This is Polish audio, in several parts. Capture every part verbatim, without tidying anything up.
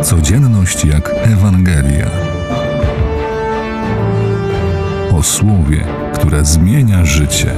Codzienność jak Ewangelia. O słowie, które zmienia życie.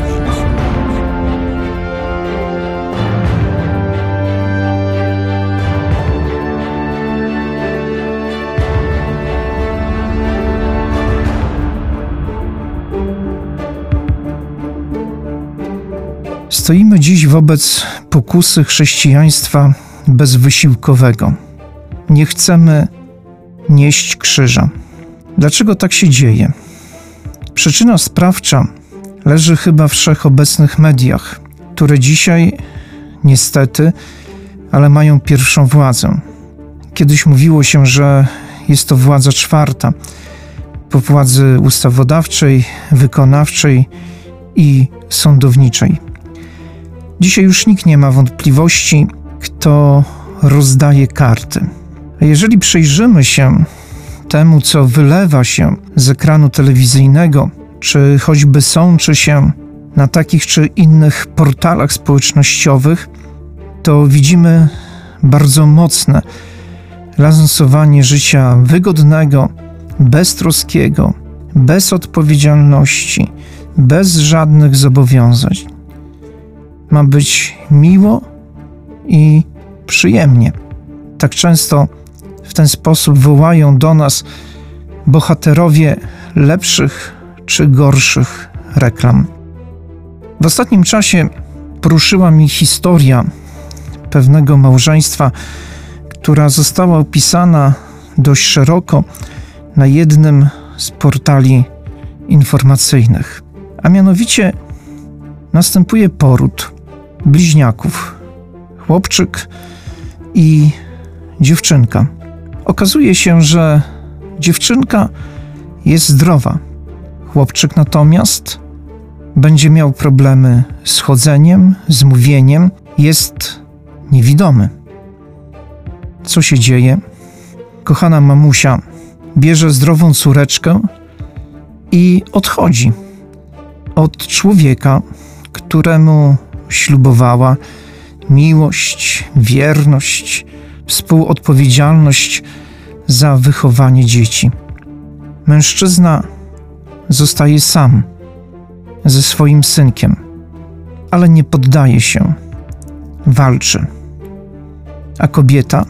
Stoimy dziś wobec pokusy chrześcijaństwa bezwysiłkowego. Nie chcemy nieść krzyża. Dlaczego tak się dzieje? Przyczyna sprawcza leży chyba w wszechobecnych mediach, które dzisiaj, niestety, ale mają pierwszą władzę. Kiedyś mówiło się, że jest to władza czwarta, po władzy ustawodawczej, wykonawczej i sądowniczej. Dzisiaj już nikt nie ma wątpliwości, kto rozdaje karty. A jeżeli przyjrzymy się temu, co wylewa się z ekranu telewizyjnego, czy choćby sączy się na takich czy innych portalach społecznościowych, to widzimy bardzo mocne lansowanie życia wygodnego, beztroskiego, bez odpowiedzialności, bez żadnych zobowiązań. Ma być miło i przyjemnie. Tak często w ten sposób wołają do nas bohaterowie lepszych czy gorszych reklam. W ostatnim czasie poruszyła mi historia pewnego małżeństwa, która została opisana dość szeroko na jednym z portali informacyjnych. A mianowicie następuje poród bliźniaków, chłopczyk i dziewczynka. Okazuje się, że dziewczynka jest zdrowa. Chłopczyk natomiast będzie miał problemy z chodzeniem, z mówieniem, jest niewidomy. Co się dzieje? Kochana mamusia bierze zdrową córeczkę i odchodzi od człowieka, któremu ślubowała miłość, wierność, współodpowiedzialność za wychowanie dzieci. Mężczyzna zostaje sam ze swoim synkiem, ale nie poddaje się, walczy. A kobieta?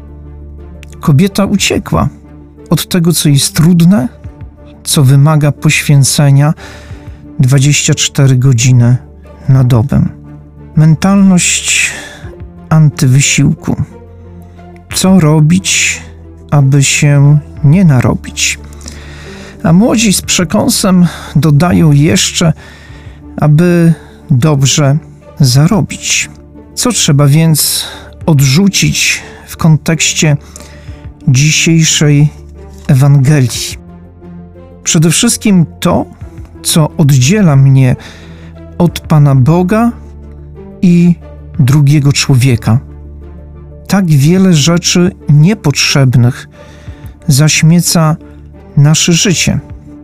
Kobieta uciekła od tego, co jest trudne, co wymaga poświęcenia dwadzieścia cztery godziny na dobę. Mentalność antywysiłku. Co robić, aby się nie narobić? A młodzi z przekąsem dodają jeszcze, aby dobrze zarobić. Co trzeba więc odrzucić w kontekście dzisiejszej Ewangelii? Przede wszystkim to, co oddziela mnie od Pana Boga i drugiego człowieka. Tak wiele rzeczy niepotrzebnych zaśmieca nasze życie.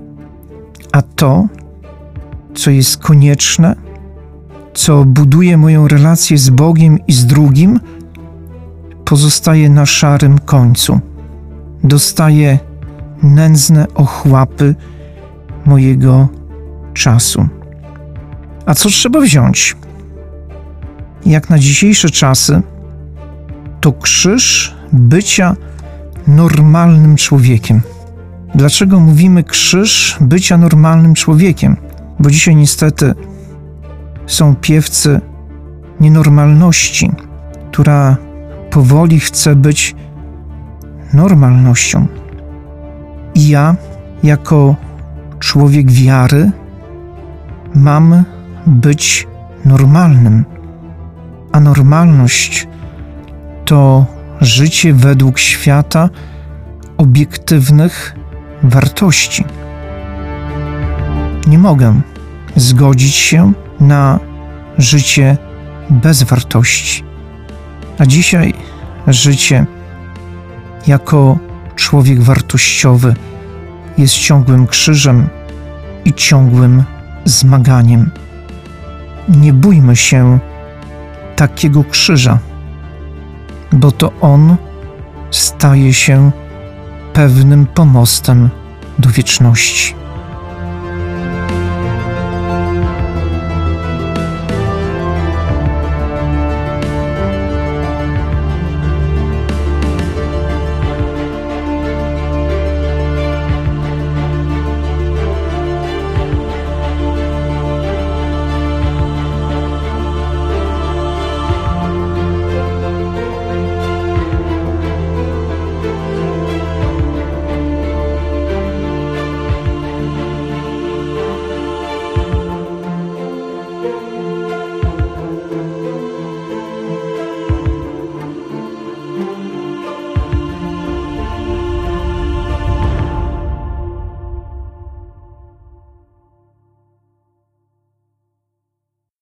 A to, co jest konieczne, co buduje moją relację z Bogiem i z drugim, pozostaje na szarym końcu. Dostaje nędzne ochłapy mojego czasu. A co trzeba wziąć? Jak na dzisiejsze czasy, to krzyż bycia normalnym człowiekiem. Dlaczego mówimy krzyż bycia normalnym człowiekiem? Bo dzisiaj niestety są piewcy nienormalności, która powoli chce być normalnością. I ja, jako człowiek wiary, mam być normalnym. A normalność to życie według świata obiektywnych wartości. Nie mogę zgodzić się na życie bez wartości. A dzisiaj życie jako człowiek wartościowy jest ciągłym krzyżem i ciągłym zmaganiem. Nie bójmy się takiego krzyża, bo to on staje się pewnym pomostem do wieczności.